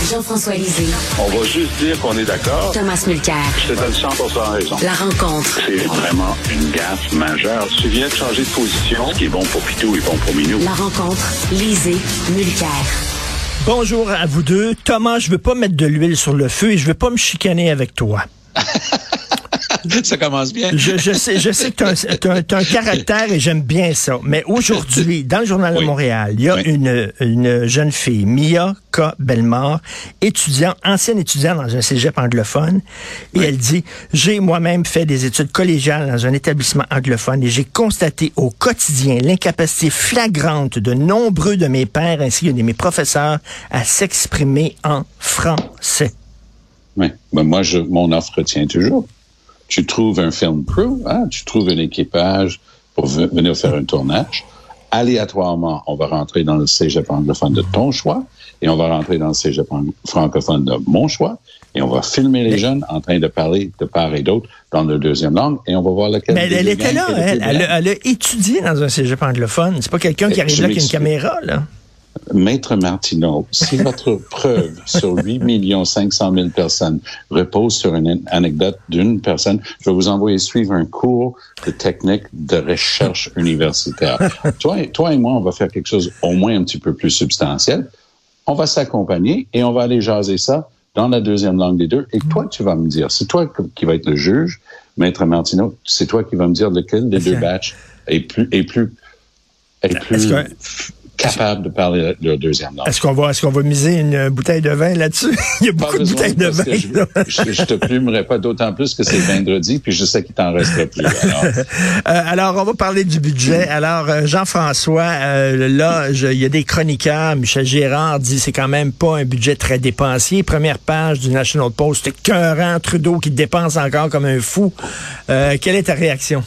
Jean-François Lisée. On va juste dire qu'on est d'accord. Thomas Mulcair. Je te donne 100% raison. La rencontre. C'est vraiment une gaffe majeure. Tu viens de changer de position. Ce qui est bon pour Pitou est bon pour Minou. La rencontre. Lisée. Mulcair. Bonjour à vous deux. Thomas, je veux pas mettre de l'huile sur le feu et je veux pas me chicaner avec toi. Ça commence bien. Je sais que t'as un caractère et j'aime bien ça. Mais aujourd'hui, dans le Journal de Montréal, il y a une jeune fille, Mia K. Bellemare, ancienne étudiante dans un cégep anglophone, et elle dit, j'ai moi-même fait des études collégiales dans un établissement anglophone et j'ai constaté au quotidien l'incapacité flagrante de nombreux de mes pairs ainsi que de mes professeurs à s'exprimer en français. Oui, ben moi, mon offre tient toujours. Tu trouves un film crew, tu trouves un équipage pour venir faire un tournage. Aléatoirement, on va rentrer dans le cégep anglophone de ton choix et on va rentrer dans le cégep francophone de mon choix et on va filmer les jeunes en train de parler de part et d'autre dans leur deuxième langue et on va voir lequel. Mais elle était là, elle a étudié dans un cégep anglophone. C'est pas quelqu'un qui arrive là avec une caméra, là. Maître Martineau, si votre preuve sur 8 500 000 personnes repose sur une anecdote d'une personne, je vais vous envoyer suivre un cours de technique de recherche universitaire. Toi et moi, on va faire quelque chose au moins un petit peu plus substantiel. On va s'accompagner et on va aller jaser ça dans la deuxième langue des deux. Et toi, tu vas me dire, c'est toi qui vas être le juge, Maître Martineau, c'est toi qui vas me dire lequel des deux batchs est plus capable de parler leur deuxième langue. Est-ce qu'on va miser une bouteille de vin là-dessus? Il y a beaucoup de bouteilles de vin. Je te plumerai pas d'autant plus que c'est vendredi, puis je sais qu'il t'en restera plus. Alors, on va parler du budget. Alors, Jean-François, là, il y a des chroniqueurs. Michel Gérard dit c'est quand même pas un budget très dépensier. Première page du National Post, c'est écœurant. Trudeau qui dépense encore comme un fou. Quelle est ta réaction?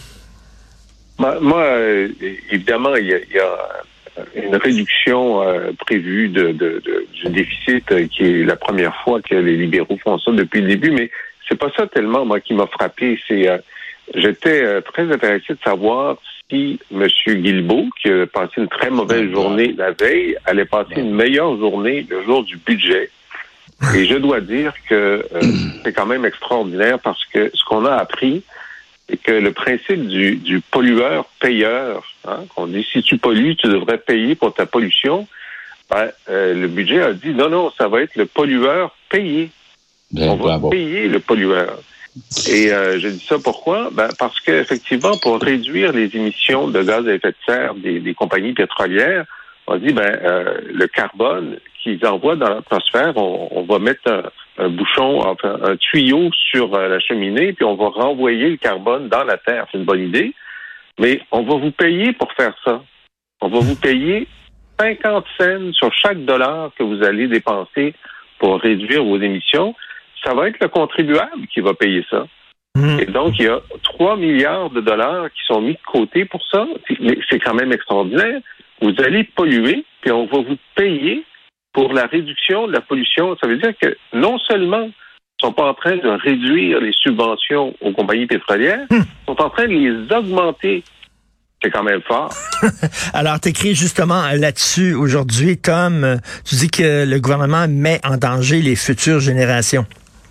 Moi, évidemment, il y a une réduction prévue du déficit qui est la première fois que les libéraux font ça depuis le début, mais c'est pas ça tellement, moi, qui m'a frappé. J'étais très intéressé de savoir si M. Guilbeault, qui a passé une très mauvaise journée la veille, allait passer une meilleure journée le jour du budget. Et je dois dire que c'est quand même extraordinaire parce que ce qu'on a appris, c'est que le principe du pollueur-payeur, qu'on dit si tu pollues, tu devrais payer pour ta pollution, le budget a dit non, ça va être le pollueur payé. On va payer le pollueur. Et je dis ça pourquoi? Parce qu'effectivement, pour réduire les émissions de gaz à effet de serre des compagnies pétrolières, on dit le carbone qu'ils envoient dans l'atmosphère, on va mettre un bouchon, enfin un tuyau sur la cheminée, puis on va renvoyer le carbone dans la terre. C'est une bonne idée, mais on va vous payer pour faire ça. On va vous payer 50 cents sur chaque dollar que vous allez dépenser pour réduire vos émissions. Ça va être le contribuable qui va payer ça. Et donc, il y a 3 milliards de dollars qui sont mis de côté pour ça. C'est quand même extraordinaire. Vous allez polluer, puis on va vous payer pour la réduction de la pollution. Ça veut dire que non seulement ils sont pas en train de réduire les subventions aux compagnies pétrolières, ils sont en train de les augmenter. C'est quand même fort. Alors, tu écris justement là-dessus aujourd'hui, Tom, tu dis que le gouvernement met en danger les futures générations.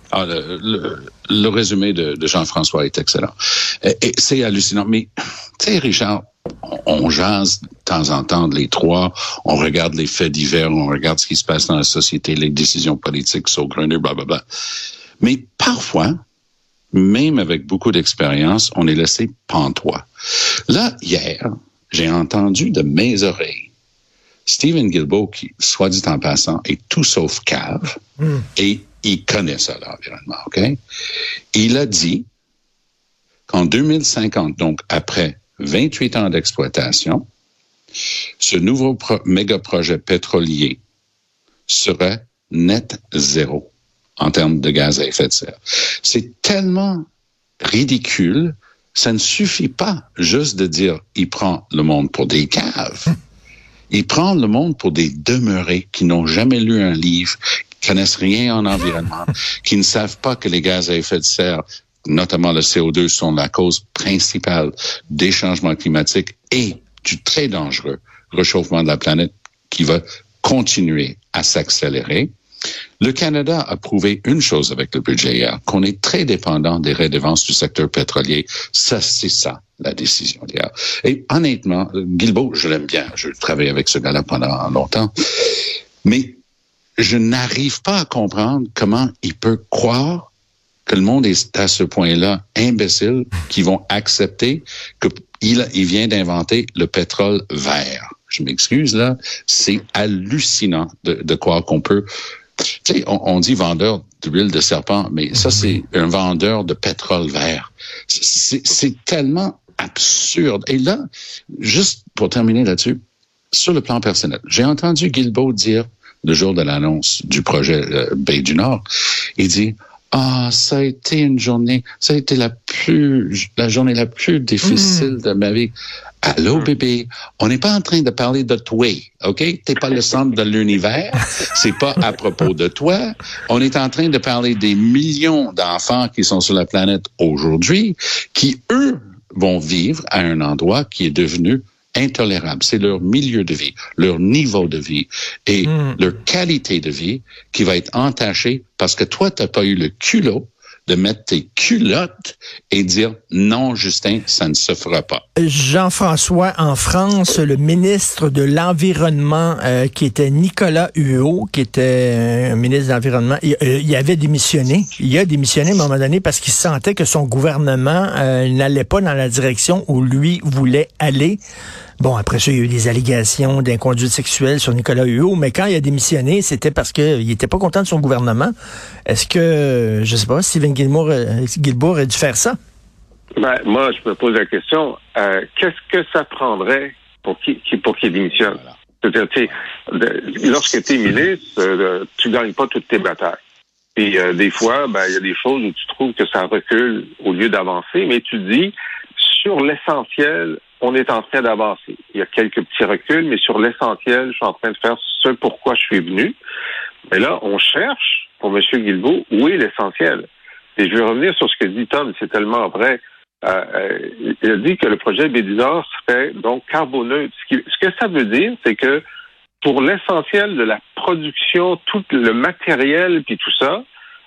Le résumé de Jean-François est excellent. Et c'est hallucinant. Mais, tu sais, Richard, on jase de temps en temps les trois, on regarde les faits divers, on regarde ce qui se passe dans la société, les décisions politiques saugrenues, blablabla. Mais parfois, même avec beaucoup d'expérience, on est laissé pantois. Là, hier, j'ai entendu de mes oreilles Steven Guilbeault, qui, soit dit en passant, est tout sauf cave, et il connaît ça, l'environnement, OK? Il a dit qu'en 2050, donc après 28 ans d'exploitation, ce nouveau méga-projet pétrolier serait net zéro en termes de gaz à effet de serre. C'est tellement ridicule, ça ne suffit pas juste de dire il prend le monde pour des caves. Il prend le monde pour des demeurés qui n'ont jamais lu un livre, qui connaissent rien en environnement, qui ne savent pas que les gaz à effet de serre, notamment le CO2, sont la cause principale des changements climatiques et du très dangereux réchauffement de la planète qui va continuer à s'accélérer. Le Canada a prouvé une chose avec le budget hier, qu'on est très dépendant des redevances du secteur pétrolier. Ça, c'est ça, la décision d'hier. Et honnêtement, Guilbeault, je l'aime bien. Je travaille avec ce gars-là pendant longtemps. Mais je n'arrive pas à comprendre comment il peut croire que le monde est à ce point-là imbécile qu'ils vont accepter qu'il vient d'inventer le pétrole vert. Je m'excuse, là. C'est hallucinant de croire qu'on peut... Tu sais, on dit vendeur d'huile de serpent, mais ça, c'est un vendeur de pétrole vert. C'est tellement absurde. Et là, juste pour terminer là-dessus, sur le plan personnel, j'ai entendu Guilbeault dire, le jour de l'annonce du projet Baie du Nord, il dit... ça a été la journée la plus difficile de ma vie. Allô, bébé, on n'est pas en train de parler de toi, OK? T'es pas le centre de l'univers. C'est pas à propos de toi. On est en train de parler des millions d'enfants qui sont sur la planète aujourd'hui, qui, eux, vont vivre à un endroit qui est devenu intolérable. C'est leur milieu de vie, leur niveau de vie et leur qualité de vie qui va être entachée parce que toi, t'as pas eu le culot de mettre tes culottes et dire non, Justin, ça ne se fera pas. Jean-François, en France, le ministre de l'Environnement, qui était Nicolas Hulot, qui était un ministre de l'Environnement, il avait démissionné. Il a démissionné à un moment donné parce qu'il sentait que son gouvernement n'allait pas dans la direction où lui voulait aller. Bon, après ça, il y a eu des allégations d'inconduite sexuelle sur Nicolas Hulot, mais quand il a démissionné, c'était parce qu'il était pas content de son gouvernement. Est-ce que, je sais pas, Stephen Guilbeault a dû faire ça? Ben, moi, je me pose la question, qu'est-ce que ça prendrait pour qu'il démissionne? Voilà. C'est-à-dire, tu sais, lorsque tu es ministre, tu gagnes pas toutes tes batailles. Puis des fois, ben, il y a des choses où tu trouves que ça recule au lieu d'avancer, mais tu dis, sur l'essentiel, on est en train d'avancer. Il y a quelques petits reculs, mais sur l'essentiel, je suis en train de faire ce pourquoi je suis venu. Mais là, on cherche, pour M. Guilbeault, où est l'essentiel? Et je vais revenir sur ce que dit Tom, c'est tellement vrai. Il a dit que le projet Baie du Nord serait donc carboneutre. Ce que ça veut dire, c'est que pour l'essentiel de la production, tout le matériel puis tout ça,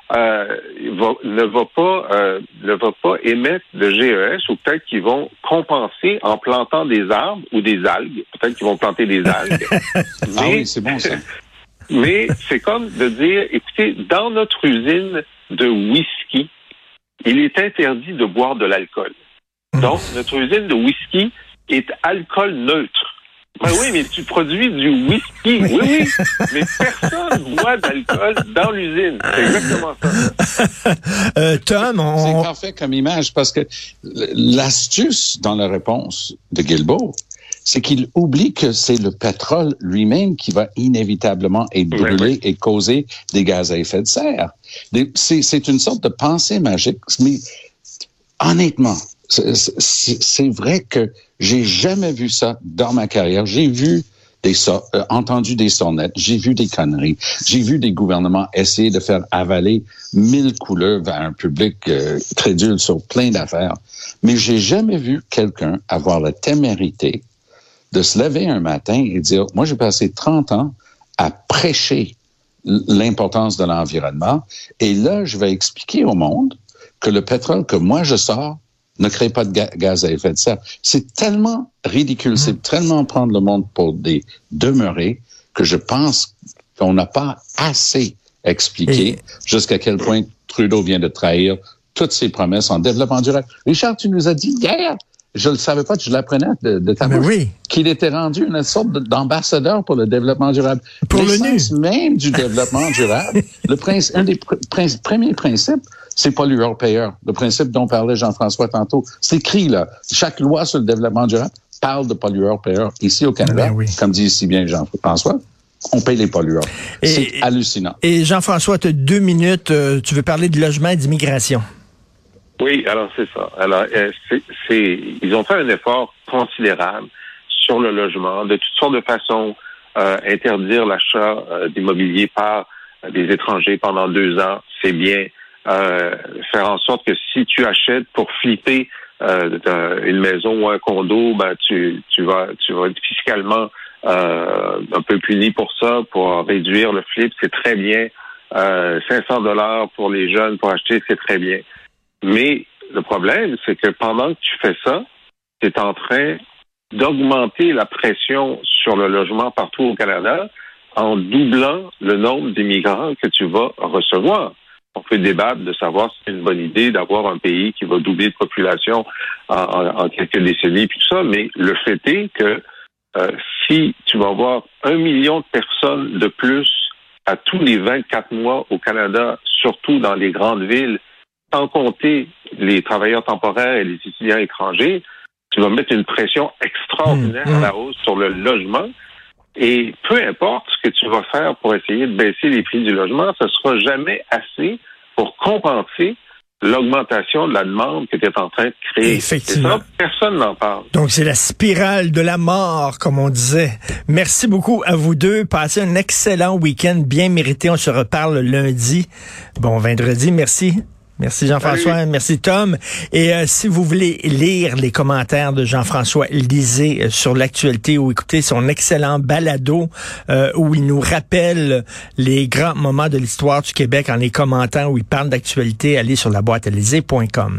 ne va pas émettre de GES, ou peut-être qu'ils vont compenser en plantant des arbres ou des algues. Peut-être qu'ils vont planter des algues. Oui, c'est bon ça. Mais c'est comme de dire, écoutez, dans notre usine de whisky, il est interdit de boire de l'alcool. Donc, notre usine de whisky est alcool neutre. Ben oui, mais tu produis du whisky. Oui, mais personne boit d'alcool dans l'usine. C'est exactement ça. Tom, c'est parfait comme image parce que l'astuce dans la réponse de Guilbeault, c'est qu'il oublie que c'est le pétrole lui-même qui va inévitablement être brûlé et causer des gaz à effet de serre. C'est une sorte de pensée magique. Mais honnêtement, c'est vrai que j'ai jamais vu ça dans ma carrière. J'ai vu entendu des sornettes, j'ai vu des conneries, j'ai vu des gouvernements essayer de faire avaler 1000 couleuvres à un public crédule sur plein d'affaires. Mais j'ai jamais vu quelqu'un avoir la témérité de se lever un matin et dire, moi j'ai passé 30 ans à prêcher l'importance de l'environnement et là je vais expliquer au monde que le pétrole que moi je sors ne crée pas de gaz à effet de serre. C'est tellement ridicule, c'est tellement prendre le monde pour des demeurés que je pense qu'on n'a pas assez expliqué jusqu'à quel point Trudeau vient de trahir toutes ses promesses en développement durable. Richard, tu nous as dit hier, je ne le savais pas, je l'apprenais de ta bouche, qu'il était rendu une sorte d'ambassadeur pour le développement durable. Pour l'essence même du développement durable, un des premiers principes, c'est pollueur-payeur. Le principe dont parlait Jean-François tantôt. C'est écrit, là. Chaque loi sur le développement durable parle de pollueur-payeur. Ici, au Canada, comme dit si bien Jean-François, on paye les pollueurs. C'est hallucinant. Et Jean-François, tu as 2 minutes. Tu veux parler de logement et d'immigration. Oui, alors c'est ça. Alors, ils ont fait un effort considérable sur le logement, de toutes sortes de façons, interdire l'achat d'immobilier par des étrangers pendant 2 ans, c'est bien. Faire en sorte que si tu achètes pour flipper une maison ou un condo, ben tu vas être fiscalement un peu puni pour ça, pour réduire le flip, c'est très bien. $500 pour les jeunes pour acheter, c'est très bien. Mais le problème, c'est que pendant que tu fais ça, tu es en train d'augmenter la pression sur le logement partout au Canada en doublant le nombre d'immigrants que tu vas recevoir. On peut débattre de savoir si c'est une bonne idée d'avoir un pays qui va doubler de population en quelques décennies, puis tout ça, mais le fait est que si tu vas avoir 1 million de personnes de plus à tous les 24 mois au Canada, surtout dans les grandes villes, sans compter les travailleurs temporaires et les étudiants étrangers, tu vas mettre une pression extraordinaire à la hausse sur le logement. Et peu importe ce que tu vas faire pour essayer de baisser les prix du logement, ce sera jamais assez pour compenser l'augmentation de la demande que tu es en train de créer. Effectivement. Et ça, personne n'en parle. Donc, c'est la spirale de la mort, comme on disait. Merci beaucoup à vous deux. Passez un excellent week-end bien mérité. On se reparle lundi. Bon, vendredi. Merci. Merci Jean-François, Salut. Merci Tom. Et si vous voulez lire les commentaires de Jean-François, lisez sur l'actualité ou écoutez son excellent balado où il nous rappelle les grands moments de l'histoire du Québec en les commentant, où il parle d'actualité. Allez sur laboîtealysée.com.